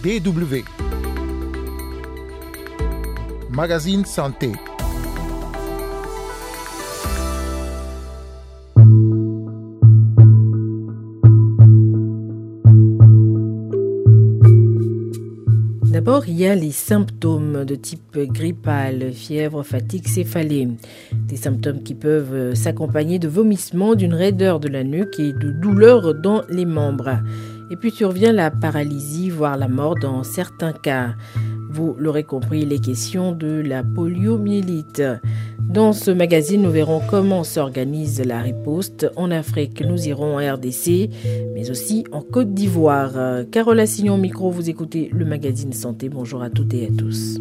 DW. Magazine Santé. D'abord, il y a les symptômes de type grippal, fièvre, fatigue, céphalée. Des symptômes qui peuvent s'accompagner de vomissements, d'une raideur de la nuque et de douleurs dans les membres. Et puis survient la paralysie, voire la mort dans certains cas. Vous l'aurez compris, il est question de la poliomyélite. Dans ce magazine, nous verrons comment s'organise la riposte. En Afrique, nous irons en RDC, mais aussi en Côte d'Ivoire. Carole Assignon au micro, vous écoutez le magazine Santé. Bonjour à toutes et à tous.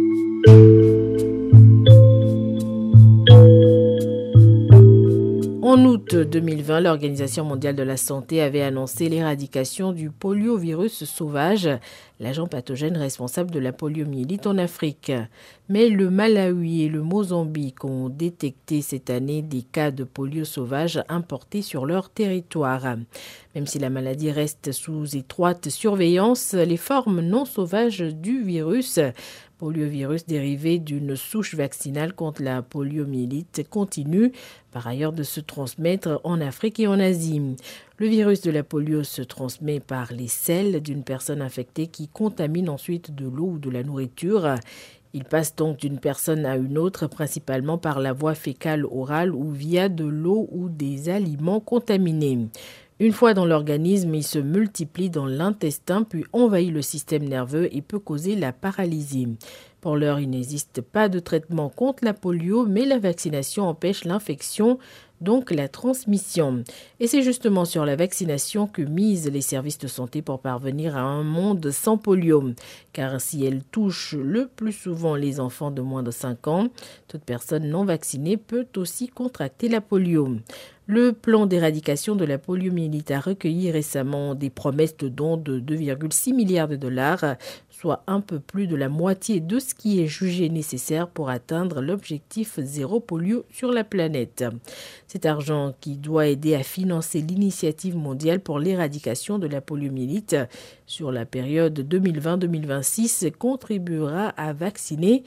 En août 2020, l'Organisation mondiale de la santé avait annoncé l'éradication du poliovirus sauvage, l'agent pathogène responsable de la poliomyélite en Afrique. Mais le Malawi et le Mozambique ont détecté cette année des cas de polio sauvage importés sur leur territoire. Même si la maladie reste sous étroite surveillance, les formes non sauvages du virus, poliovirus dérivé d'une souche vaccinale contre la poliomyélite, continue par ailleurs de se transmettre en Afrique et en Asie. Le virus de la polio se transmet par les selles d'une personne infectée qui contamine ensuite de l'eau ou de la nourriture. Il passe donc d'une personne à une autre, principalement par la voie fécale orale ou via de l'eau ou des aliments contaminés. Une fois dans l'organisme, il se multiplie dans l'intestin, puis envahit le système nerveux et peut causer la paralysie. Pour l'heure, il n'existe pas de traitement contre la polio, mais la vaccination empêche l'infection, donc la transmission. Et c'est justement sur la vaccination que misent les services de santé pour parvenir à un monde sans polio. Car si elle touche le plus souvent les enfants de moins de 5 ans, toute personne non vaccinée peut aussi contracter la polio. Le plan d'éradication de la poliomyélite a recueilli récemment des promesses de dons de 2,6 milliards de dollars, soit un peu plus de la moitié de ce qui est jugé nécessaire pour atteindre l'objectif zéro polio sur la planète. Cet argent qui doit aider à financer l'initiative mondiale pour l'éradication de la poliomyélite sur la période 2020-2026 contribuera à vacciner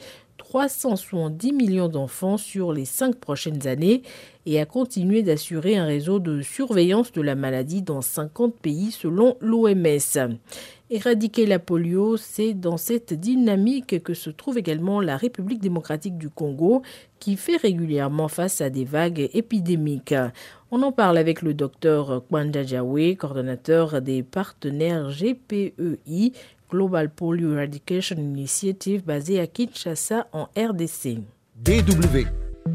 370 millions d'enfants sur les 5 prochaines années et à continuer d'assurer un réseau de surveillance de la maladie dans 50 pays selon l'OMS. Éradiquer la polio, c'est dans cette dynamique que se trouve également la République démocratique du Congo qui fait régulièrement face à des vagues épidémiques. On en parle avec le docteur Kwanda Jawe, coordonnateur des partenaires GPEI, Global Polio Eradication Initiative, basé à Kinshasa en RDC. DW.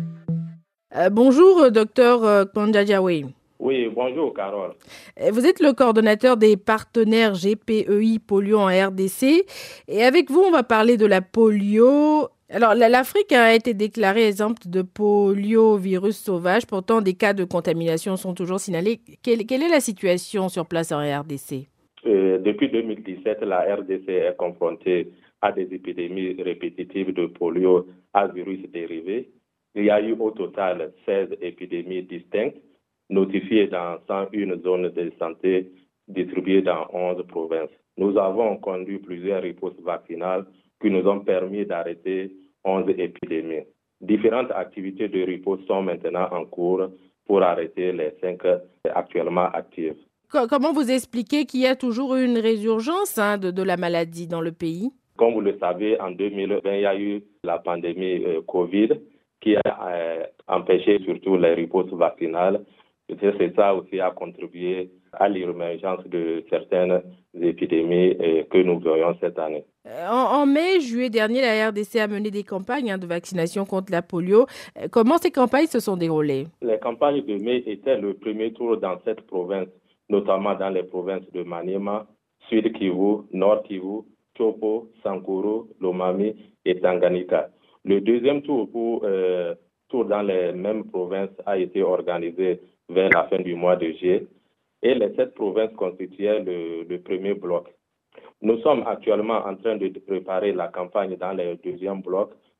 Bonjour, docteur Kwanda Jawe. Oui, bonjour Carole. Vous êtes le coordonnateur des partenaires GPEI Polio en RDC. Et avec vous, on va parler de la polio. Alors, l'Afrique a été déclarée exemple de poliovirus sauvage. Pourtant, des cas de contamination sont toujours signalés. Quelle est la situation sur place en RDC? Depuis 2017, la RDC est confrontée à des épidémies répétitives de polio à virus dérivés. Il y a eu au total 16 épidémies distinctes, notifiées dans 101 zones de santé distribuées dans 11 provinces. Nous avons conduit plusieurs ripostes vaccinales qui nous ont permis d'arrêter 11 épidémies. Différentes activités de riposte sont maintenant en cours pour arrêter les 5 actuellement actives. Comment vous expliquez qu'il y a toujours une résurgence de la maladie dans le pays? Comme vous le savez, en 2020, il y a eu la pandémie Covid qui a empêché surtout les ripostes vaccinales. C'est ça aussi a contribué à l'émergence de certaines épidémies que nous voyons cette année. En mai, juillet dernier, la RDC a mené des campagnes de vaccination contre la polio. Comment ces campagnes se sont déroulées? Les campagnes de mai étaient le premier tour dans cette province, notamment dans les provinces de Maniema, Sud Kivu, Nord Kivu, Chopo, Sankuru, Lomami et Tanganyika. Le deuxième tour dans les mêmes provinces a été organisé vers la fin du mois de juillet et les 7 provinces constituaient le premier bloc. Nous sommes actuellement en train de préparer la campagne dans le deuxième bloc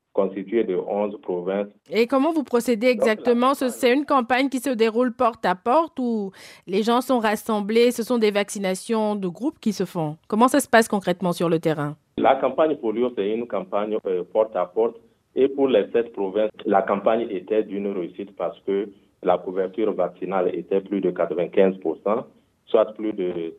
constitué de 11 provinces. Et comment vous procédez exactement? C'est une campagne qui se déroule porte à porte où les gens sont rassemblés, ce sont des vaccinations de groupe qui se font. Comment ça se passe concrètement sur le terrain? La campagne polio, c'est une campagne porte à porte. Et pour les 7 provinces, la campagne était d'une réussite parce que la couverture vaccinale était plus de 95%, soit plus de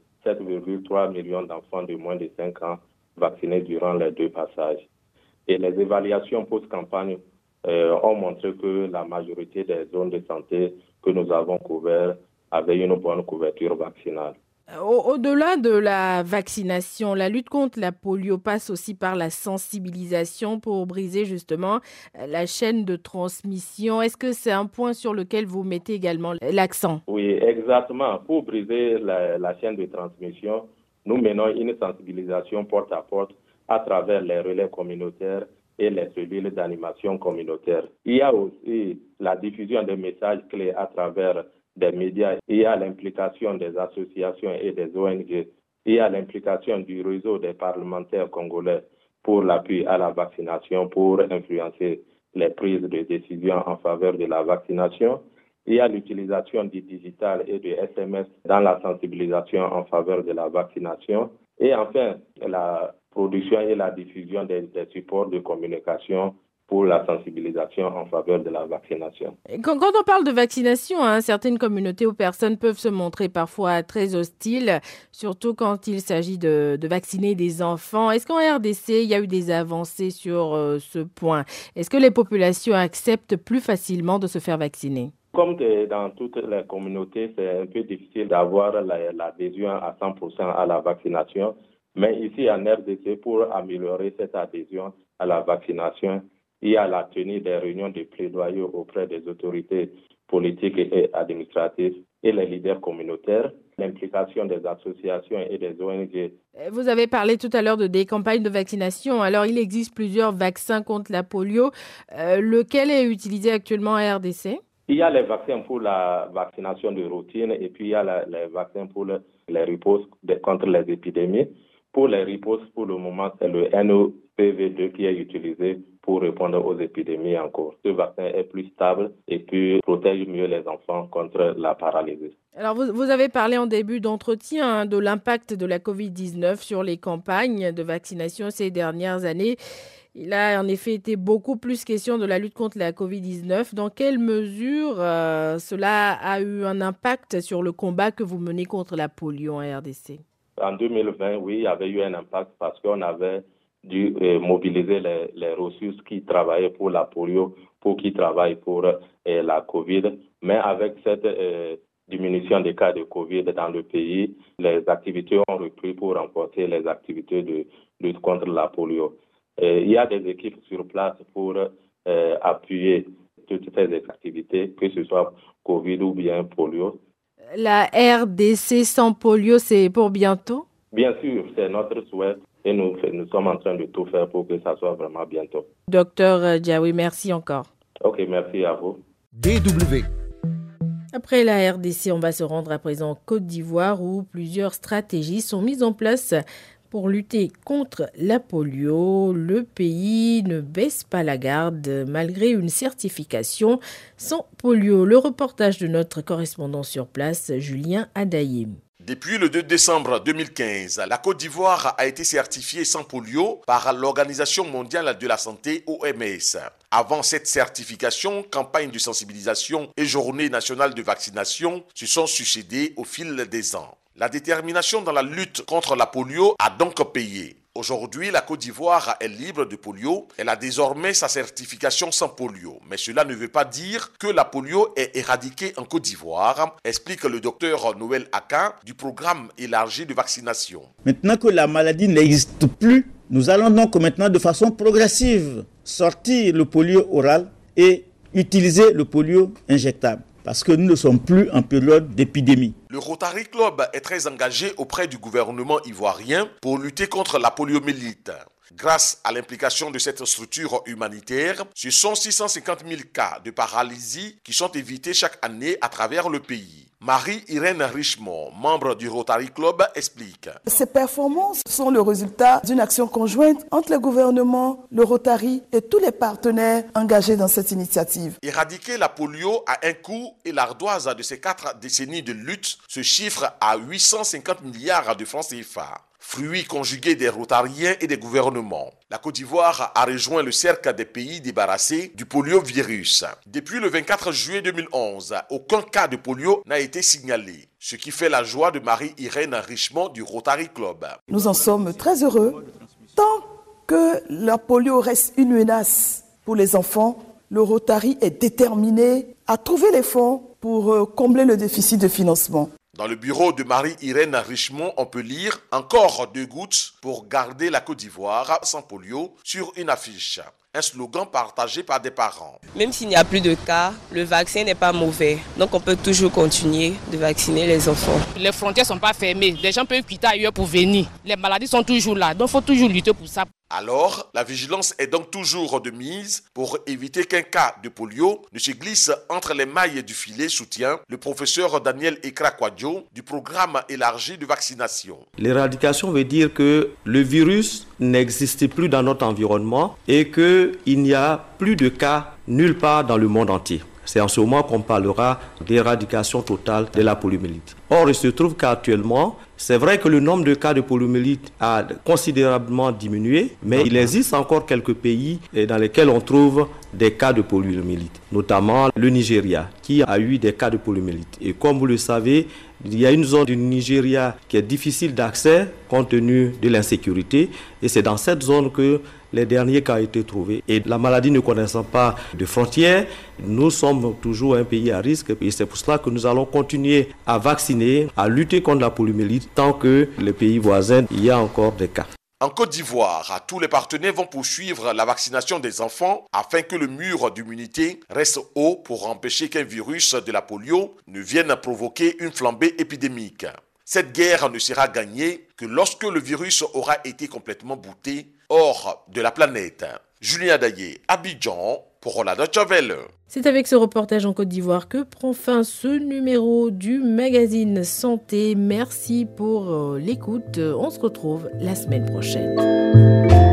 7,3 millions d'enfants de moins de 5 ans vaccinés durant les 2 passages. Et les évaluations post-campagne ont montré que la majorité des zones de santé que nous avons couvertes avaient une bonne couverture vaccinale. Au-delà de la vaccination, la lutte contre la polio passe aussi par la sensibilisation pour briser justement la chaîne de transmission. Est-ce que c'est un point sur lequel vous mettez également l'accent? Oui, exactement. Pour briser la chaîne de transmission, nous menons une sensibilisation porte à porte à travers les relais communautaires et les cellules d'animation communautaire. Il y a aussi la diffusion des messages clés à travers des médias. Il y a l'implication des associations et des ONG. Il y a l'implication du réseau des parlementaires congolais pour l'appui à la vaccination, pour influencer les prises de décision en faveur de la vaccination. Il y a l'utilisation du digital et du SMS dans la sensibilisation en faveur de la vaccination. Et enfin, la production et la diffusion des supports de communication pour la sensibilisation en faveur de la vaccination. Quand on parle de vaccination, certaines communautés ou personnes peuvent se montrer parfois très hostiles, surtout quand il s'agit de vacciner des enfants. Est-ce qu'en RDC, il y a eu des avancées sur ce point? Est-ce que les populations acceptent plus facilement de se faire vacciner? Comme dans toutes les communautés, c'est un peu difficile d'avoir l'adhésion à 100% à la vaccination. Mais ici en RDC, pour améliorer cette adhésion à la vaccination, il y a la tenue des réunions de plaidoyer auprès des autorités politiques et administratives et les leaders communautaires, l'implication des associations et des ONG. Vous avez parlé tout à l'heure des campagnes de vaccination. Alors, il existe plusieurs vaccins contre la polio. Lequel est utilisé actuellement à RDC? Il y a les vaccins pour la vaccination de routine et puis il y a les vaccins pour les ripostes contre les épidémies. Pour les ripostes, pour le moment, c'est le NOPV2 qui est utilisé pour répondre aux épidémies en cours. Ce vaccin est plus stable et puis protège mieux les enfants contre la paralysie. Alors, vous avez parlé en début d'entretien de l'impact de la COVID-19 sur les campagnes de vaccination ces dernières années. Il a en effet été beaucoup plus question de la lutte contre la COVID-19. Dans quelle mesure cela a eu un impact sur le combat que vous menez contre la polio en RDC? En 2020, oui, il y avait eu un impact parce qu'on avait dû mobiliser les ressources qui travaillaient pour la polio, pour qui travaillent pour la COVID. Mais avec cette diminution des cas de COVID dans le pays, les activités ont repris pour renforcer les activités de lutte contre la polio. Il y a des équipes sur place pour appuyer toutes ces activités, que ce soit COVID ou bien polio. La RDC sans polio, c'est pour bientôt? Bien sûr, c'est notre souhait et nous sommes en train de tout faire pour que ça soit vraiment bientôt. Docteur Diaoui, merci encore. Ok, merci à vous. DW. Après la RDC, on va se rendre à présent en Côte d'Ivoire où plusieurs stratégies sont mises en place pour lutter contre la polio. Le pays ne baisse pas la garde malgré une certification sans polio. Le reportage de notre correspondant sur place, Julien Adaye. Depuis le 2 décembre 2015, la Côte d'Ivoire a été certifiée sans polio par l'Organisation mondiale de la santé, OMS. Avant cette certification, campagne de sensibilisation et journée nationale de vaccination se sont succédées au fil des ans. La détermination dans la lutte contre la polio a donc payé. Aujourd'hui, la Côte d'Ivoire est libre de polio. Elle a désormais sa certification sans polio. Mais cela ne veut pas dire que la polio est éradiquée en Côte d'Ivoire, explique le docteur Noël Aka du programme élargi de vaccination. Maintenant que la maladie n'existe plus, nous allons donc maintenant de façon progressive sortir le polio oral et utiliser le polio injectable. Parce que nous ne sommes plus en période d'épidémie. Le Rotary Club est très engagé auprès du gouvernement ivoirien pour lutter contre la poliomyélite. Grâce à l'implication de cette structure humanitaire, ce sont 650 000 cas de paralysie qui sont évités chaque année à travers le pays. Marie-Irène Richemont, membre du Rotary Club, explique. Ces performances sont le résultat d'une action conjointe entre le gouvernement, le Rotary et tous les partenaires engagés dans cette initiative. Éradiquer la polio à un coup et l'ardoise de ces 4 décennies de lutte se chiffre à 850 milliards de francs CFA. Fruit conjugué des Rotariens et des gouvernements. La Côte d'Ivoire a rejoint le cercle des pays débarrassés du poliovirus. Depuis le 24 juillet 2011, aucun cas de polio n'a été signalé, ce qui fait la joie de Marie-Irène Richemont du Rotary Club. Nous en sommes très heureux. Tant que la polio reste une menace pour les enfants, le Rotary est déterminé à trouver les fonds pour combler le déficit de financement. Dans le bureau de Marie-Irène Richemont, on peut lire « Encore 2 gouttes pour garder la Côte d'Ivoire sans polio » sur une affiche. Un slogan partagé par des parents. Même s'il n'y a plus de cas, le vaccin n'est pas mauvais. Donc on peut toujours continuer de vacciner les enfants. Les frontières ne sont pas fermées. Les gens peuvent quitter ailleurs pour venir. Les maladies sont toujours là. Donc il faut toujours lutter pour ça. Alors, la vigilance est donc toujours de mise pour éviter qu'un cas de polio ne se glisse entre les mailles du filet, soutient le professeur Daniel Ekra-Kwadjo du programme élargi de vaccination. L'éradication veut dire que le virus n'existe plus dans notre environnement et qu'il n'y a plus de cas nulle part dans le monde entier. C'est en ce moment qu'on parlera d'éradication totale de la poliomyélite. Or, il se trouve qu'actuellement, c'est vrai que le nombre de cas de poliomyélite a considérablement diminué, mais il existe encore quelques pays dans lesquels on trouve des cas de poliomyélite, notamment le Nigeria, qui a eu des cas de poliomyélite. Et comme vous le savez, il y a une zone du Nigeria qui est difficile d'accès compte tenu de l'insécurité, et c'est dans cette zone que les derniers cas ont été trouvés. Et la maladie ne connaissant pas de frontières, nous sommes toujours un pays à risque. Et c'est pour cela que nous allons continuer à vacciner, à lutter contre la poliomyélite tant que les pays voisins, il y a encore des cas. En Côte d'Ivoire, tous les partenaires vont poursuivre la vaccination des enfants afin que le mur d'immunité reste haut pour empêcher qu'un virus de la polio ne vienne provoquer une flambée épidémique. Cette guerre ne sera gagnée que lorsque le virus aura été complètement bouté hors de la planète. Julien Daillé, Abidjan, pour la Deutsche Welle. C'est avec ce reportage en Côte d'Ivoire que prend fin ce numéro du magazine Santé. Merci pour l'écoute. On se retrouve la semaine prochaine.